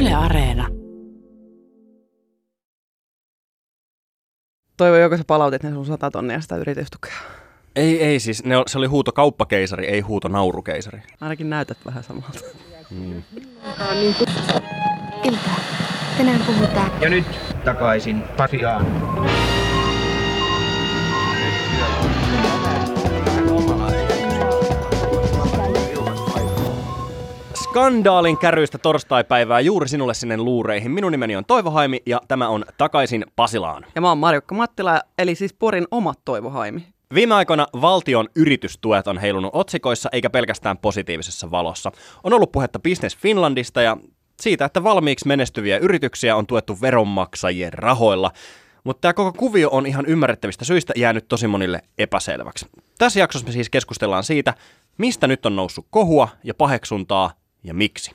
Yle Areena. Toivo, joko sä palautit ne sun 100 tonnia sitä yritystukea? Ei siis, se oli huuto kauppakeisari, ei huuto naurukeisari. Ainakin näytät vähän samalta. Ilta. Tänään puhutaan. Ja nyt takaisin Pasiaan. Skandaalin käryistä torstaipäivää juuri sinulle sinne luureihin. Minun nimeni on Toivo Haimi ja tämä on Takaisin Pasilaan. Ja mä oon Marjukka Mattila, eli siis Porin oma Toivo Haimi. Viime aikoina valtion yritystuet on heilunut otsikoissa eikä pelkästään positiivisessa valossa. On ollut puhetta Business Finlandista ja siitä, että valmiiksi menestyviä yrityksiä on tuettu veronmaksajien rahoilla. Mutta tämä koko kuvio on ihan ymmärrettävistä syistä jäänyt tosi monille epäselväksi. Tässä jaksossa me siis keskustellaan siitä, mistä nyt on noussut kohua ja paheksuntaa ja miksi.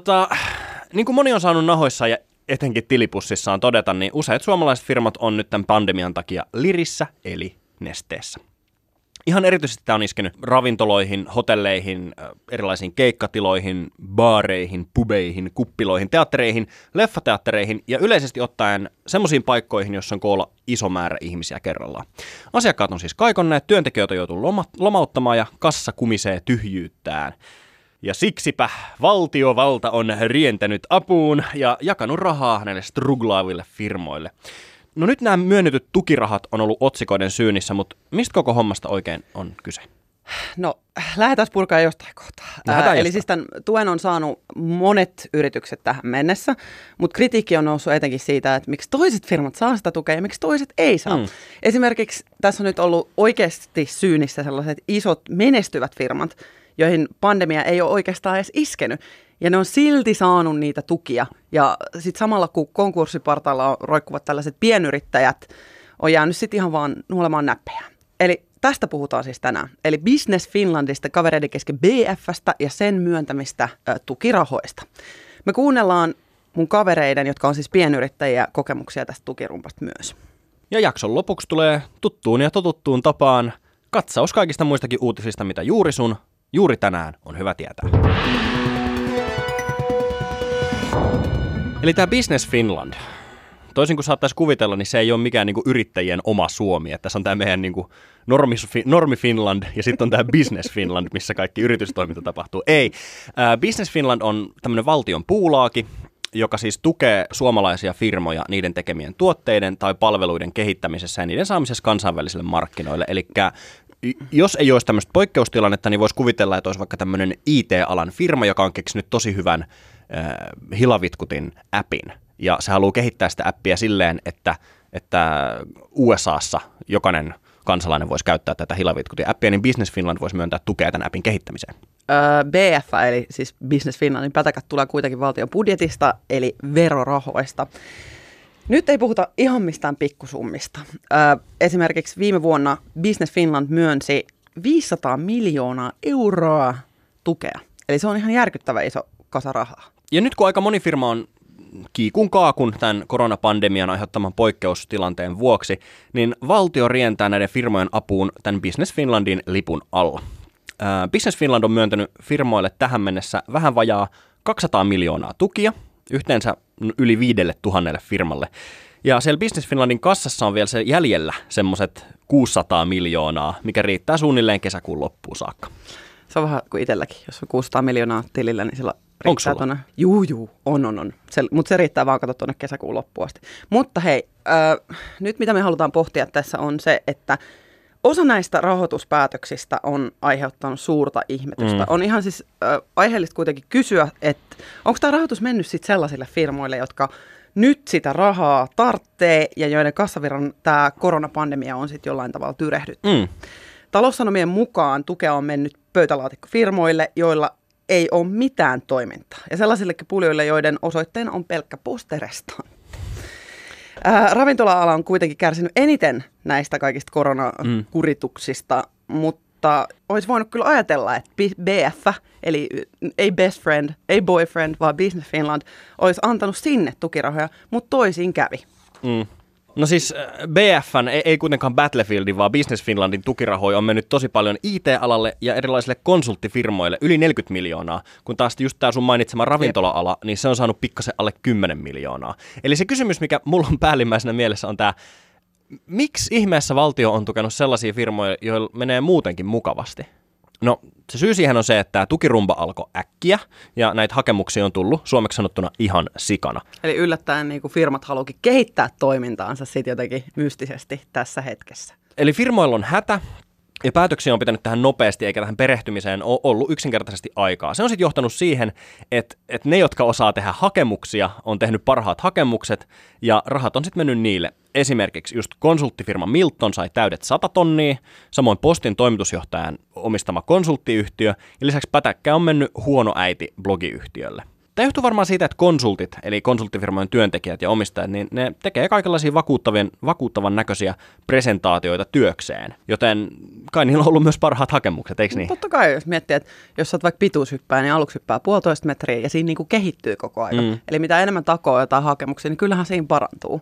Niin kuin moni on saanut nahoissa ja etenkin tilipussissaan todeta, niin useat suomalaiset firmat on nyt tämän pandemian takia lirissä eli nesteessä. Ihan erityisesti tämä on iskenyt ravintoloihin, hotelleihin, erilaisiin keikkatiloihin, baareihin, pubeihin, kuppiloihin, teattereihin, leffateattereihin ja yleisesti ottaen semmoisiin paikkoihin, joissa on koolla iso määrä ihmisiä kerrallaan. Asiakkaat on siis kaikonneet, työntekijöitä joutuu lomauttamaan ja kassa kumisee tyhjyyttään. Ja siksipä valtiovalta on rientänyt apuun ja jakanut rahaa näille struglaaville firmoille. No nyt nämä myönnetyt tukirahat on ollut otsikoiden syynissä, mutta mistä koko hommasta oikein on kyse? No, lähdetään purkaa jostain kohtaa. Eli siis tämän tuen on saanut monet yritykset tähän mennessä, mutta kritiikki on noussut etenkin siitä, että miksi toiset firmat saa sitä tukea ja miksi toiset ei saa. Esimerkiksi tässä on nyt ollut oikeasti syynissä sellaiset isot menestyvät firmat, joihin pandemia ei ole oikeastaan edes iskenyt. Ja ne on silti saanut niitä tukia. Ja sitten samalla kun konkurssipartaalla roikkuvat tällaiset pienyrittäjät, on jäänyt sitten ihan vaan nuolemaan näppejä. Eli tästä puhutaan siis tänään. Eli Business Finlandista, kavereiden kesken BF:stä ja sen myöntämistä tukirahoista. Me kuunnellaan mun kavereiden, jotka on siis pienyrittäjiä, kokemuksia tästä tukirumpasta myös. Ja jakson lopuksi tulee tuttuun ja totuttuun tapaan katsaus kaikista muistakin uutisista, mitä juuri tänään on hyvä tietää. Eli tämä Business Finland, toisin kuin saattaisi kuvitella, niin se ei ole mikään niinku yrittäjien oma Suomi. Että tässä on tämä meidän niinku normi Finland ja sitten on tämä Business Finland, missä kaikki yritystoiminta tapahtuu. Ei. Business Finland on tämmöinen valtion puulaaki, joka siis tukee suomalaisia firmoja niiden tekemien tuotteiden tai palveluiden kehittämisessä ja niiden saamisessa kansainvälisille markkinoille. Eli jos ei olisi tämmöistä poikkeustilannetta, niin voisi kuvitella, että olisi vaikka tämmöinen IT-alan firma, joka on keksinyt tosi hyvän hilavitkutin appin. Ja se haluaa kehittää sitä appia silleen, että USAssa jokainen kansalainen voisi käyttää tätä hilavitkutin appia, niin Business Finland voisi myöntää tukea tämän appin kehittämiseen. BF, eli siis Business Finlandin pätäkät tulee kuitenkin valtion budjetista, eli verorahoista. Nyt ei puhuta ihan mistään pikkusummista. Esimerkiksi viime vuonna Business Finland myönsi 500 miljoonaa euroa tukea. Eli se on ihan järkyttävä iso kasa rahaa. Ja nyt kun aika moni firma on kiikun kaakun tämän koronapandemian aiheuttaman poikkeustilanteen vuoksi, niin valtio rientää näiden firmojen apuun tämän Business Finlandin lipun alla. Business Finland on myöntänyt firmoille tähän mennessä vähän vajaa 200 miljoonaa tukia, yhteensä yli 5,000 firmalle. Ja siellä Business Finlandin kassassa on vielä se jäljellä semmoiset 600 miljoonaa, mikä riittää suunnilleen kesäkuun loppuun saakka. Se on vähän kuin itselläkin, jos on 600 miljoonaa tilillä, niin sillä onko sulla? Juu, on. Mutta se riittää vaan kato tuonne kesäkuun loppuun asti. Mutta hei, nyt mitä me halutaan pohtia tässä on se, että osa näistä rahoituspäätöksistä on aiheuttanut suurta ihmetystä. On ihan siis aiheellista kuitenkin kysyä, että onko tämä rahoitus mennyt sitten sellaisille firmoille, jotka nyt sitä rahaa tarvitsee ja joiden kassavirran tämä koronapandemia on sitten jollain tavalla tyrehdytty. Taloussanomien mukaan tukea on mennyt pöytälaatikkofirmoille, joilla ei ole mitään toimintaa. Ja sellaisillekin puljoille, joiden osoitteena on pelkkä posterestantti. Ravintola-ala on kuitenkin kärsinyt eniten näistä kaikista koronakurituksista, mutta olisi voinut kyllä ajatella, että BF, eli ei best friend, ei boyfriend, vaan Business Finland, olisi antanut sinne tukirahoja, mutta toisin kävi. No siis BF:n, ei kuitenkaan Battlefieldin, vaan Business Finlandin tukirahoja on mennyt tosi paljon IT-alalle ja erilaisille konsulttifirmoille, yli 40 miljoonaa, kun taas just tämä sun mainitsema ravintola-ala, niin se on saanut pikkasen alle 10 miljoonaa. Eli se kysymys, mikä mulla on päällimmäisenä mielessä on tämä, miksi ihmeessä valtio on tukenut sellaisia firmoja, joilla menee muutenkin mukavasti? No, se syy siihen on se, että tämä tukirumba alkoi äkkiä ja näitä hakemuksia on tullut suomeksi sanottuna ihan sikana. Eli yllättäen niin kuin firmat haluukin kehittää toimintaansa sitten jotenkin mystisesti tässä hetkessä. Eli firmoilla on hätä ja päätöksiä on pitänyt tähän nopeasti eikä tähän perehtymiseen ole ollut yksinkertaisesti aikaa. Se on sitten johtanut siihen, että ne, jotka osaa tehdä hakemuksia, on tehnyt parhaat hakemukset ja rahat on sitten mennyt niille. Esimerkiksi just konsulttifirma Milton sai täydet 100 tonnia, samoin Postin toimitusjohtajan omistama konsulttiyhtiö ja lisäksi pätäkkä on mennyt huono äiti blogiyhtiölle. Tämä johtuu varmaan siitä, että konsultit, eli konsulttifirmojen työntekijät ja omistajat, niin ne tekee kaikenlaisia vakuuttavan näköisiä presentaatioita työkseen. Joten kai niillä on ollut myös parhaat hakemukset, eikö niin? Totta kai, jos miettii, että jos sä oot vaikka pituushyppää, niin aluksi hyppää 1,5 metriä ja siinä niin kuin kehittyy koko ajan. Eli mitä enemmän takoo jotain hakemuksia, niin kyllähän siinä parantuu.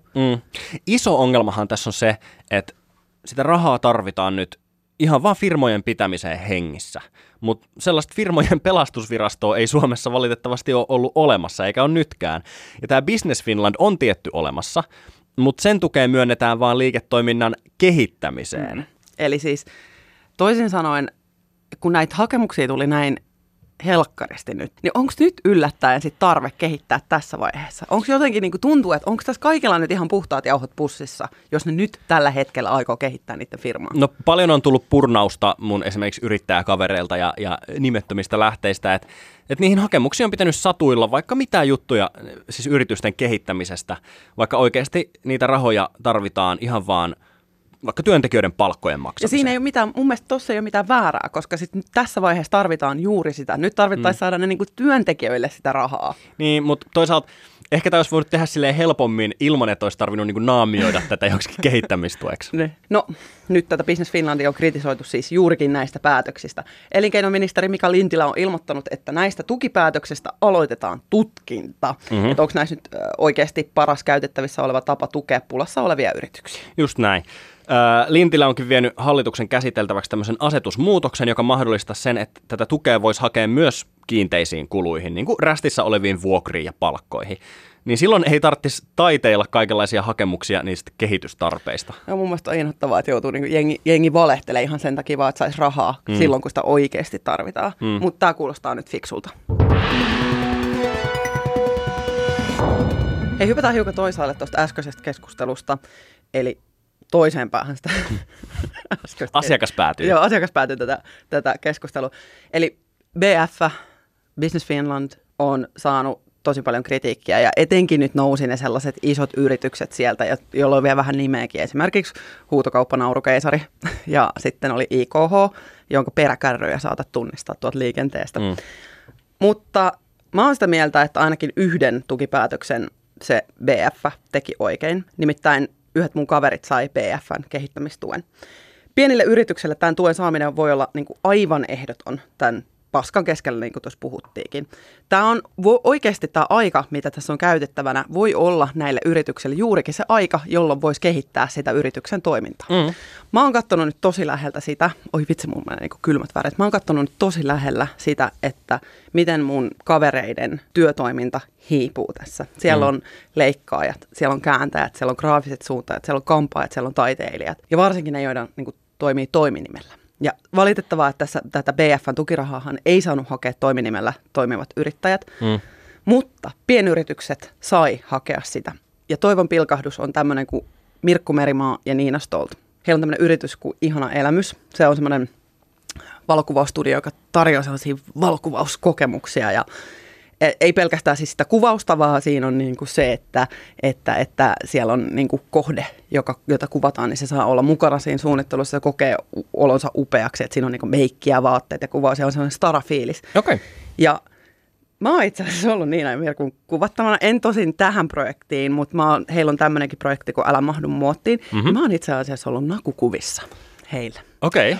Iso ongelmahan tässä on se, että sitä rahaa tarvitaan nyt ihan vaan firmojen pitämiseen hengissä. Mutta sellaista firmojen pelastusvirastoa ei Suomessa valitettavasti ole ollut olemassa, eikä ole nytkään. Ja tämä Business Finland on tietty olemassa, mutta sen tukeen myönnetään vaan liiketoiminnan kehittämiseen. Eli siis toisin sanoen, kun näitä hakemuksia tuli näin helkkaristi nyt, niin onko nyt yllättäen sit tarve kehittää tässä vaiheessa? Onko jotenkin niin kuin tuntuu, että onko tässä kaikilla nyt ihan puhtaat jauhot pussissa, jos ne nyt tällä hetkellä aikoo kehittää niiden firmaa? No paljon on tullut purnausta mun esimerkiksi yrittäjäkavereilta ja nimettömistä lähteistä, että niihin hakemuksiin on pitänyt satuilla vaikka mitään juttuja siis yritysten kehittämisestä, vaikka oikeasti niitä rahoja tarvitaan ihan vaan vaikka työntekijöiden palkkojen maksamiseen. Ja siinä ei ole mitään, mun mielestä tuossa ei ole mitään väärää, koska sit tässä vaiheessa tarvitaan juuri sitä. Nyt tarvittaisiin saada ne niinku työntekijöille sitä rahaa. Niin, mutta toisaalta ehkä tämä olisi voinut tehdä silleen helpommin ilman, että olisi tarvinnut niinku naamioida tätä joksikin kehittämistueksi. No, nyt tätä Business Finlandia on kritisoitu siis juurikin näistä päätöksistä. Elinkeinoministeri Mika Lintilä on ilmoittanut, että näistä tukipäätöksistä aloitetaan tutkinta. Että onko näissä nyt oikeasti paras käytettävissä oleva tapa tukea pulassa olevia yrityksiä. Just näin. Lintilä onkin vienyt hallituksen käsiteltäväksi tämmöisen asetusmuutoksen, joka mahdollistaa sen, että tätä tukea voisi hakea myös kiinteisiin kuluihin, niin kuin rästissä oleviin vuokriin ja palkkoihin. Niin silloin ei tarvitsisi taiteilla kaikenlaisia hakemuksia niistä kehitystarpeista. Ja mun mielestä on inhottavaa, että joutuu niin jengi valehtelemaan ihan sen takia vaan, että saisi rahaa silloin, kun sitä oikeasti tarvitaan. Mutta tämä kuulostaa nyt fiksulta. Hei, hypätään hiukan toisaalle tuosta äskeisestä keskustelusta, eli toiseen päähän sitä. Asiakas päätyy. Joo, asiakas päätyy tätä keskustelua. Eli BF, Business Finland, on saanut tosi paljon kritiikkiä ja etenkin nyt nousi ne sellaiset isot yritykset sieltä, joilla on vielä vähän nimeäkin. Esimerkiksi Huutokauppa Naurukeisari ja sitten oli IKH, jonka peräkärryjä saatat tunnistaa tuolta liikenteestä. Mutta mä oon sitä mieltä, että ainakin yhden tukipäätöksen se BF teki oikein. Nimittäin yhdet mun kaverit sai BF:n kehittämistuen. Pienille yrityksille tämän tuen saaminen voi olla niin kuin aivan ehdoton tämän paskan keskellä, niin kuin tuossa puhuttiinkin. Tämä on oikeasti tämä aika, mitä tässä on käytettävänä, voi olla näille yrityksille juurikin se aika, jolloin voisi kehittää sitä yrityksen toimintaa. Mä oon katsonut nyt tosi läheltä sitä, oi vitsi, mun menee niin kuin kylmät väreet. Mä oon katsonut nyt tosi lähellä sitä, että miten mun kavereiden työtoiminta hiipuu tässä. Siellä on leikkaajat, siellä on kääntäjät, siellä on graafiset suuntaajat, siellä on kampaajat, siellä on taiteilijat. Ja varsinkin ne, joiden niin kuin toimii toiminimellä. Ja valitettavaa, että tässä tätä BF:n tukirahaahan ei saanut hakea toiminimellä toimivat yrittäjät, mutta pienyritykset sai hakea sitä. Ja toivon pilkahdus on tämmöinen kuin Mirkku Merimaa ja Niina Stolt. Heillä on tämmöinen yritys kuin Ihana elämys. Se on semmoinen valokuvaustudio, joka tarjoaa sellaisia valokuvauskokemuksia ja ei pelkästään siis sitä kuvausta, vaan siinä on niin kuin se, että siellä on niin kuin kohde, jota kuvataan, niin se saa olla mukana siinä suunnittelussa ja kokee olonsa upeaksi, että siinä on niin kuin meikkiä, vaatteet ja kuvaus ja on sellainen stara-fiilis. Okay. Ja mä oon itse asiassa ollut Niina ja Mirkun kuvattavana, en tosin tähän projektiin, mutta heillä on tämmöinenkin projekti kuin Älä mahdu muottiin. Mä oon itse asiassa ollut nakukuvissa heillä. Okei.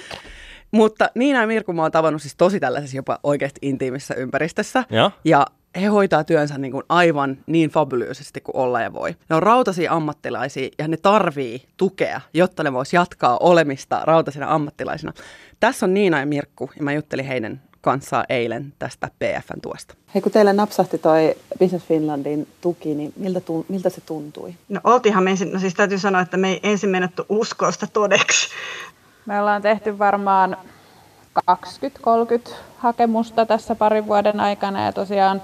Mutta Niina ja Mirkku mä oon tavannut siis tosi tällaisessa jopa oikeasti intiimissä ympäristössä. Ja he hoitaa työnsä niin kuin aivan niin fabuloisesti kuin olla ja voi. Ne on rautaisia ammattilaisia ja ne tarvii tukea, jotta ne vois jatkaa olemista rautaisina ammattilaisina. Tässä on Niina ja Mirkku ja mä juttelin heidän kanssaan eilen tästä PF:n tuosta. Hei, kun teille napsahti toi Business Finlandin tuki, niin miltä se tuntui? No oltiinhan me ensin, siis täytyy sanoa, että me ei ensin mennetty uskoa sitä todeksi. Me ollaan tehty varmaan 20-30 hakemusta tässä parin vuoden aikana ja tosiaan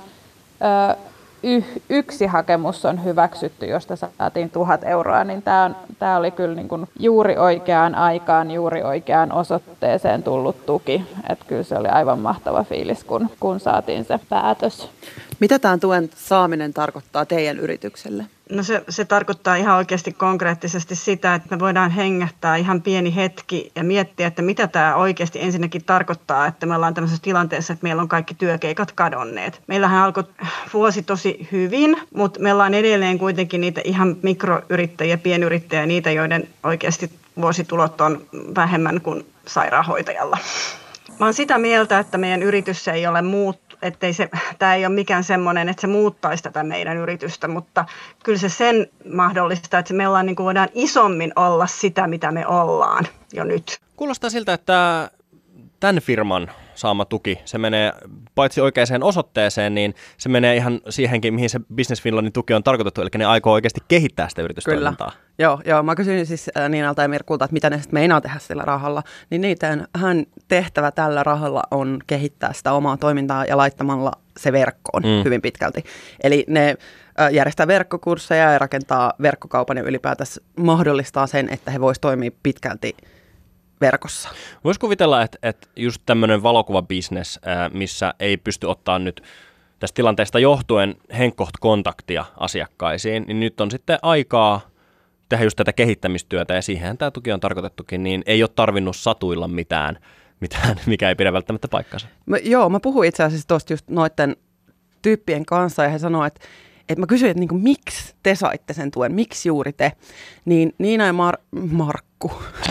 yksi hakemus on hyväksytty, josta saatiin 1 000 euroa, niin tämä oli kyllä niin kuin juuri oikeaan aikaan, juuri oikeaan osoitteeseen tullut tuki. Että kyllä se oli aivan mahtava fiilis, kun saatiin se päätös. Mitä tämän tuen saaminen tarkoittaa teidän yritykselle? No se tarkoittaa ihan oikeasti konkreettisesti sitä, että me voidaan hengähtää ihan pieni hetki ja miettiä, että mitä tämä oikeasti ensinnäkin tarkoittaa, että me ollaan tämmöisessä tilanteessa, että meillä on kaikki työkeikat kadonneet. Meillähän alkoi vuosi tosi hyvin, mutta me ollaan edelleen kuitenkin niitä ihan mikroyrittäjiä, pienyrittäjiä, niitä, joiden oikeasti vuositulot on vähemmän kuin sairaanhoitajalla. Mä oon sitä mieltä, että meidän yritys ei ole tämä ei ole mikään semmoinen, että se muuttaisi tätä meidän yritystä, mutta kyllä se sen mahdollistaa, että me voidaan isommin olla sitä, mitä me ollaan jo nyt. Kuulostaa siltä, että tämän firman saama tuki, se menee paitsi oikeaan osoitteeseen, niin se menee ihan siihenkin, mihin se Business Finlandin tuki on tarkoitettu, eli ne aikoo oikeasti kehittää sitä yritystoimintaa. Kyllä, joo. Mä kysyin siis Niinalta ja Mirkulta, että mitä ne sitten meinaa tehdä sillä rahalla, niin niiden tehtävä tällä rahalla on kehittää sitä omaa toimintaa ja laittamalla se verkkoon hyvin pitkälti. Eli ne järjestää verkkokursseja ja rakentaa verkkokaupan ja ylipäätänsä mahdollistaa sen, että he voisivat toimia pitkälti verkossa. Voisi kuvitella, että just tämmöinen valokuvabisnes, missä ei pysty ottaa nyt tästä tilanteesta johtuen henkkoht kontaktia asiakkaisiin, niin nyt on sitten aikaa tehdä just tätä kehittämistyötä, ja siihen tämä tuki on tarkoitettukin, niin ei ole tarvinnut satuilla mitään, mikä ei pidä välttämättä paikkansa. Mä puhuin itse asiassa tuosta just noiden tyyppien kanssa, ja he sanoivat, että mä kysyin, että niin kuin, miksi te saitte sen tuen, miksi juuri te, niin Niina ja Markku.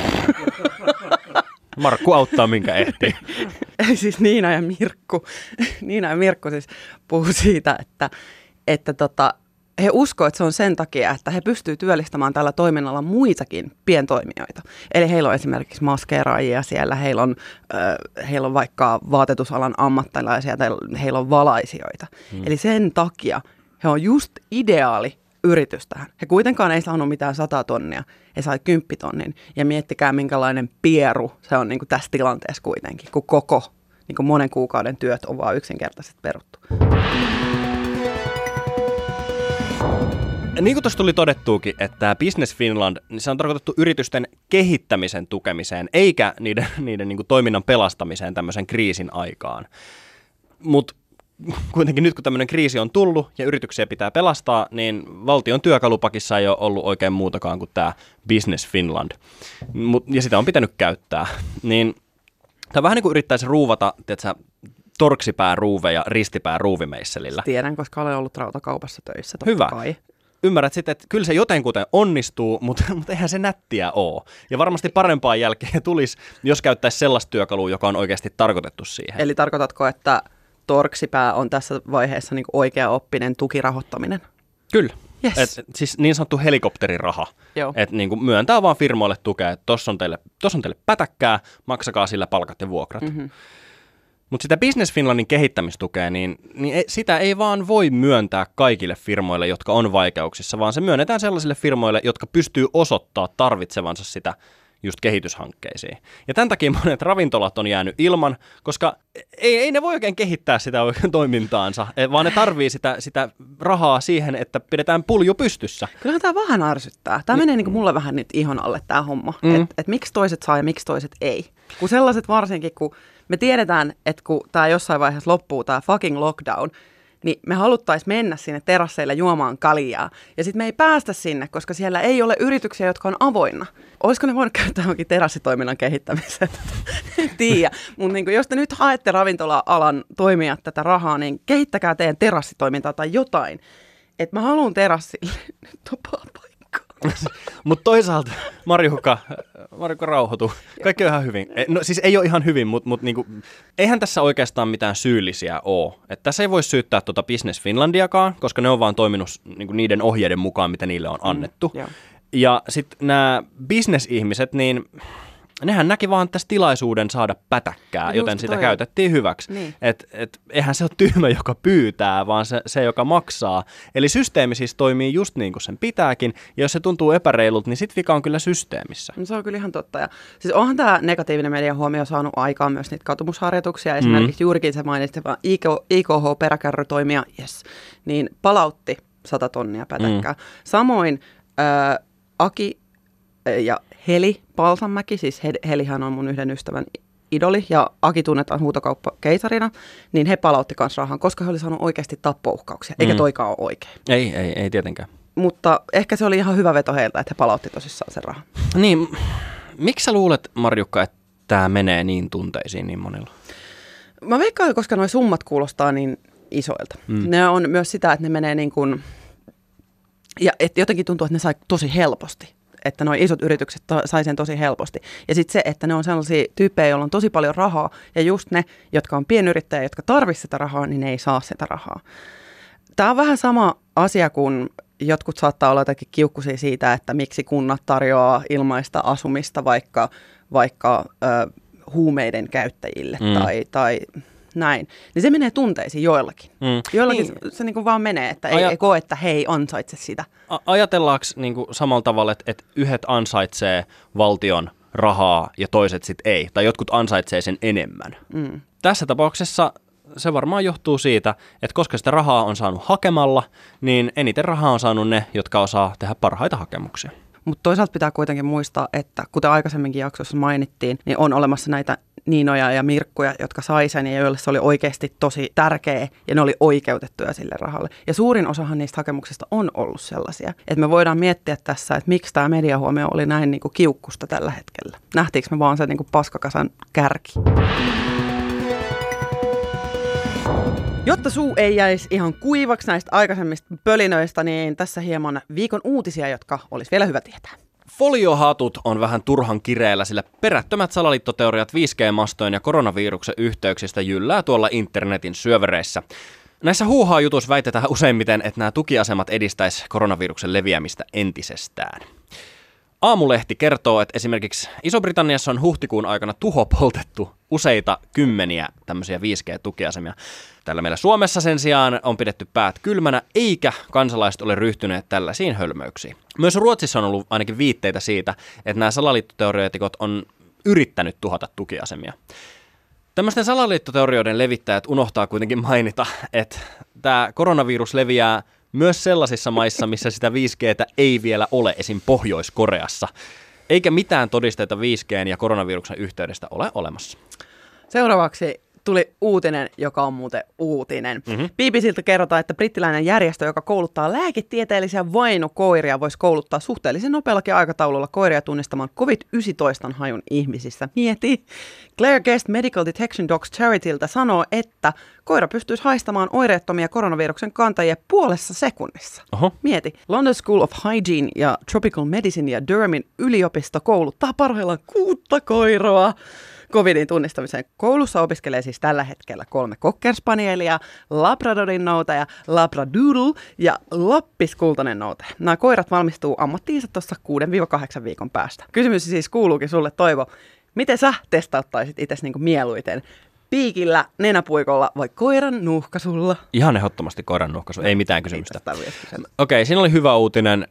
Markku auttaa minkä ehtii. Eli siis Niina ja Mirkku siis puhuu siitä, että he uskovat, että se on sen takia, että he pystyvät työllistämään tällä toiminnalla muitakin pientoimijoita. Eli heillä on esimerkiksi maskeeraajia siellä, heillä on vaikka vaatetusalan ammattilaisia tai heillä on valaisijoita. Eli sen takia he on just ideaali yritys tähän. He kuitenkaan ei saanut mitään 100 tonnia, he sai 10 tonnin. Ja miettikää, minkälainen pieru se on niin kuin tässä tilanteessa kuitenkin, kun koko niin kuin monen kuukauden työt on vaan yksinkertaisesti peruttu. Niin kuin tuossa tuli todettuukin, että tämä Business Finland, niin se on tarkoitettu yritysten kehittämisen tukemiseen, eikä niiden niin kuin toiminnan pelastamiseen tämmöisen kriisin aikaan. Mutta kuitenkin nyt, kun tämmöinen kriisi on tullut ja yrityksiä pitää pelastaa, niin valtion työkalupakissa ei ole ollut oikein muutakaan kuin tämä Business Finland. Ja sitä on pitänyt käyttää. Niin tämä vähän niin kuin yrittäisi ruuvata, tiedätkö, torksipääruuve ja ristipääruuvimeisselillä. Tiedän, koska olen ollut rautakaupassa töissä. Hyvä. Kai. Ymmärrät sitten, että kyllä se jotenkuten onnistuu, mutta eihän se nättiä ole. Ja varmasti parempaa jälkeen tulisi, jos käyttäisi sellaista työkalua, joka on oikeasti tarkoitettu siihen. Eli tarkoitatko, että torksipää on tässä vaiheessa niin oikeaoppinen tukirahoittaminen? Kyllä. Yes. Siis niin sanottu helikopteriraha. Että niin myöntää vaan firmoille tukea, että tuossa on teille pätäkkää, maksakaa sillä palkat ja vuokrat. Mm-hmm. Mutta sitä Business Finlandin kehittämistukea, niin sitä ei vaan voi myöntää kaikille firmoille, jotka on vaikeuksissa, vaan se myönnetään sellaisille firmoille, jotka pystyy osoittaa tarvitsevansa sitä just kehityshankkeisiin. Ja tämän takia monet ravintolat on jäänyt ilman, koska ei ne voi oikein kehittää sitä oikein toimintaansa, vaan ne tarvii sitä rahaa siihen, että pidetään pulju pystyssä. Kyllähän tämä vähän ärsyttää. Tämä menee niin kuin mulle vähän nyt ihon alle tämä homma, että miksi toiset saa ja miksi toiset ei. Kun sellaiset varsinkin, kun me tiedetään, että kun tämä jossain vaiheessa loppuu, tämä fucking lockdown, niin me haluttaisiin mennä sinne terasseille juomaan kaljaa. Ja sitten me ei päästä sinne, koska siellä ei ole yrityksiä, jotka on avoinna. Olisiko ne voinut käyttää johonkin terassitoiminnan kehittämiseen? En tiedä. Mutta niin jos te nyt haette ravintola-alan toimijat tätä rahaa, niin kehittäkää teidän terassitoimintaa tai jotain. Että mä haluan terassille nyt paikkaa. Mutta toisaalta Marjukka rauhoitu. Kaikki on ihan hyvin. No siis ei ole ihan hyvin, mutta niinku, eihän tässä oikeastaan mitään syyllisiä ole. Et tässä ei voi syyttää tuota Business Finlandiakaan, koska ne on vaan toiminut niinku niiden ohjeiden mukaan, mitä niille on annettu. Ja sitten nämä bisnesihmiset, niin nehän näki vaan tässä tilaisuuden saada pätäkkää, joten sitä käytettiin hyväksi. Niin. Et eihän se ole tyhmä, joka pyytää, vaan se, joka maksaa. Eli systeemi siis toimii just niin kuin sen pitääkin, ja jos se tuntuu epäreilulta, niin sit vika on kyllä systeemissä. No, se on kyllä ihan totta. Ja siis onhan tämä negatiivinen median huomio saanut aikaan myös niitä katumusharjoituksia. Esimerkiksi juurikin se mainitsi, vaan IKH-peräkärrytoimija, niin palautti 100 tonnia pätäkkää. Samoin Aki ja Heli Palsanmäki, siis Helihän on mun yhden ystävän idoli, ja Aki tunnetaan huutokauppakeisarina, niin he palautti kanssa rahan, koska he oli saanut oikeasti tappouhkauksia, eikä toikaan ole oikein. Ei tietenkään. Mutta ehkä se oli ihan hyvä veto heiltä, että he palautti tosissaan sen rahan. Niin, miksi sä luulet, Marjukka, että tämä menee niin tunteisiin niin monilla? Mä veikkaan, koska nuo summat kuulostaa niin isoilta. Ne on myös sitä, että ne menee niin kuin, ja että jotenkin tuntuu, että ne sai tosi helposti. Että nuo isot yritykset sai sen tosi helposti. Ja sitten se, että ne on sellaisia tyyppejä, joilla on tosi paljon rahaa, ja just ne, jotka on pienyrittäjä, jotka tarvitsevat sitä rahaa, niin ne ei saa sitä rahaa. Tämä on vähän sama asia kuin jotkut saattaa olla jotenkin kiukkuisia siitä, että miksi kunnat tarjoaa ilmaista asumista vaikka huumeiden käyttäjille tai näin. Niin se menee tunteisiin joillakin. Joillakin niin. Se niin kuin vaan menee, että ei koe, että he ei ansaitse sitä. Ajatellaanko niin kuin samalla tavalla, että yhdet ansaitsee valtion rahaa ja toiset sitten ei? Tai jotkut ansaitsee sen enemmän? Tässä tapauksessa se varmaan johtuu siitä, että koska sitä rahaa on saanut hakemalla, niin eniten rahaa on saanut ne, jotka osaa tehdä parhaita hakemuksia. Mutta toisaalta pitää kuitenkin muistaa, että kuten aikaisemminkin jaksossa mainittiin, niin on olemassa näitä Niinoja ja Mirkkuja, jotka sai sen ja joille se oli oikeasti tosi tärkeä ja ne oli oikeutettuja sille rahalle. Ja suurin osahan niistä hakemuksista on ollut sellaisia, että me voidaan miettiä tässä, että miksi tämä mediahuomio oli näin niin kuin kiukkusta tällä hetkellä. Nähtiinkö me vaan sen niin kuin paskakasan kärki? Jotta suu ei jäisi ihan kuivaksi näistä aikaisemmista pölinöistä, niin tässä hieman viikon uutisia, jotka olisi vielä hyvä tietää. Foliohatut on vähän turhan kireellä, sillä perättömät salaliittoteoriat 5G-mastojen ja koronaviruksen yhteyksistä jyllää tuolla internetin syövereissä. Näissä huuhaa-jutuissa väitetään useimmiten, että nämä tukiasemat edistäisi koronaviruksen leviämistä entisestään. Aamulehti kertoo, että esimerkiksi Iso-Britanniassa on huhtikuun aikana tuhopoltettu useita kymmeniä tämmöisiä 5G-tukiasemia. Täällä meillä Suomessa sen sijaan on pidetty päät kylmänä, eikä kansalaiset ole ryhtyneet tällaisiin hölmöyksiin. Myös Ruotsissa on ollut ainakin viitteitä siitä, että nämä salaliittoteoreetikot on yrittänyt tuhota tukiasemia. Tämmöisten salaliittoteorioiden levittäjät unohtaa kuitenkin mainita, että tämä koronavirus leviää myös sellaisissa maissa, missä sitä 5G:tä ei vielä ole, esim. Pohjois-Koreassa. Eikä mitään todisteita 5G:n ja koronaviruksen yhteydestä ole olemassa. Seuraavaksi tuli uutinen, joka on muuten uutinen. BBC:ltä kerrotaan, että brittiläinen järjestö, joka kouluttaa lääketieteellisiä vainokoiria, voisi kouluttaa suhteellisen nopeallakin aikataululla koiria tunnistamaan COVID-19 hajun ihmisissä. Mieti. Claire Guest Medical Detection Dogs Charityltä sanoo, että koira pystyisi haistamaan oireettomia koronaviruksen kantajia puolessa sekunnissa. Oho. Mieti. London School of Hygiene ja Tropical Medicine ja Durhamin yliopisto kouluttaa parhaillaan 6 koiraa covidin tunnistamiseen. Koulussa opiskelee siis tällä hetkellä 3 cockerspaniellia, labradorin noutaja, labradoodle ja lappiskultainen noutaja. Nämä koirat valmistuu ammattiinsa tuossa 6-8 viikon päästä. Kysymys siis kuuluukin sulle, Toivo. Miten sä testauttaisit itsesi niin kuin mieluiten? Piikillä, nenäpuikolla vai koiran nuuhkasulla? Ihan ehdottomasti koiran nuuhkasu, ei mitään kysymystä. Okei, siinä oli hyvä uutinen.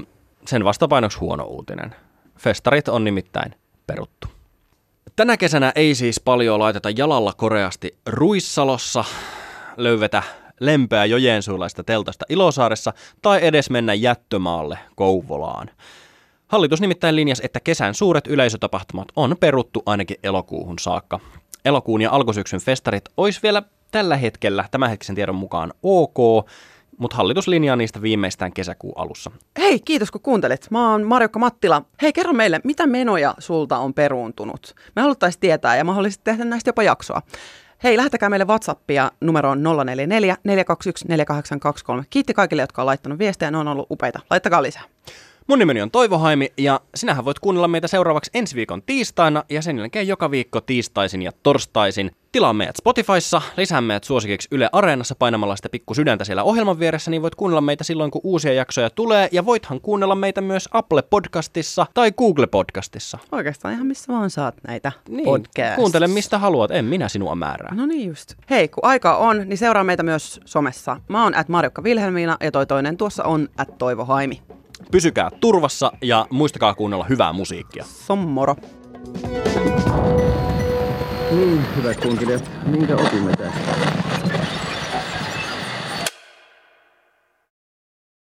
Sen vastapainoksi huono uutinen. Festarit on nimittäin peruttu. Tänä kesänä ei siis paljon laiteta jalalla koreasti Ruissalossa, löyvetä lempeä jojensuulaista teltasta Ilosaaressa tai edes mennä Jättömaalle Kouvolaan. Hallitus nimittäin linjasi, että kesän suuret yleisötapahtumat on peruttu ainakin elokuuhun saakka. Elokuun ja alkusyksyn festarit olisi vielä tällä hetkellä tämänhetkisen tiedon mukaan ok, mutta hallitus linjaa niistä viimeistään kesäkuun alussa. Hei, kiitos kun kuuntelit. Mä oon Marjukka Mattila. Hei, kerro meille, mitä menoja sulta on peruuntunut? Me haluttaisiin tietää ja mahdollisesti tehdä näistä jopa jaksoa. Hei, lähettäkää meille WhatsAppia numeroon 044 421 4823. Kiitti kaikille, jotka on laittanut viestejä, ne on ollut upeita. Laittakaa lisää. Mun nimeni on Toivo Haimi ja sinähän voit kuunnella meitä seuraavaksi ensi viikon tiistaina ja sen jälkeen joka viikko tiistaisin ja torstaisin. Tilaa meidät Spotifyssa, lisää meidät suosikiksi Yle Areenassa painamalla sitä pikku sydäntä siellä ohjelman vieressä, niin voit kuunnella meitä silloin, kun uusia jaksoja tulee. Ja voithan kuunnella meitä myös Apple Podcastissa tai Google Podcastissa. Oikeastaan ihan missä vaan saat näitä podcasts. Kuuntele mistä haluat, en minä sinua määrää. No niin just. Hei, kun aikaa on, niin seuraa meitä myös somessa. Mä oon @Marjukka Vilhelmiina ja toinen tuossa on @Toivo Haimi. Pysykää turvassa ja muistakaa kuunnella hyvää musiikkia. Moro. Niin, hyvät kuuntelijat, minkä opimme tästä?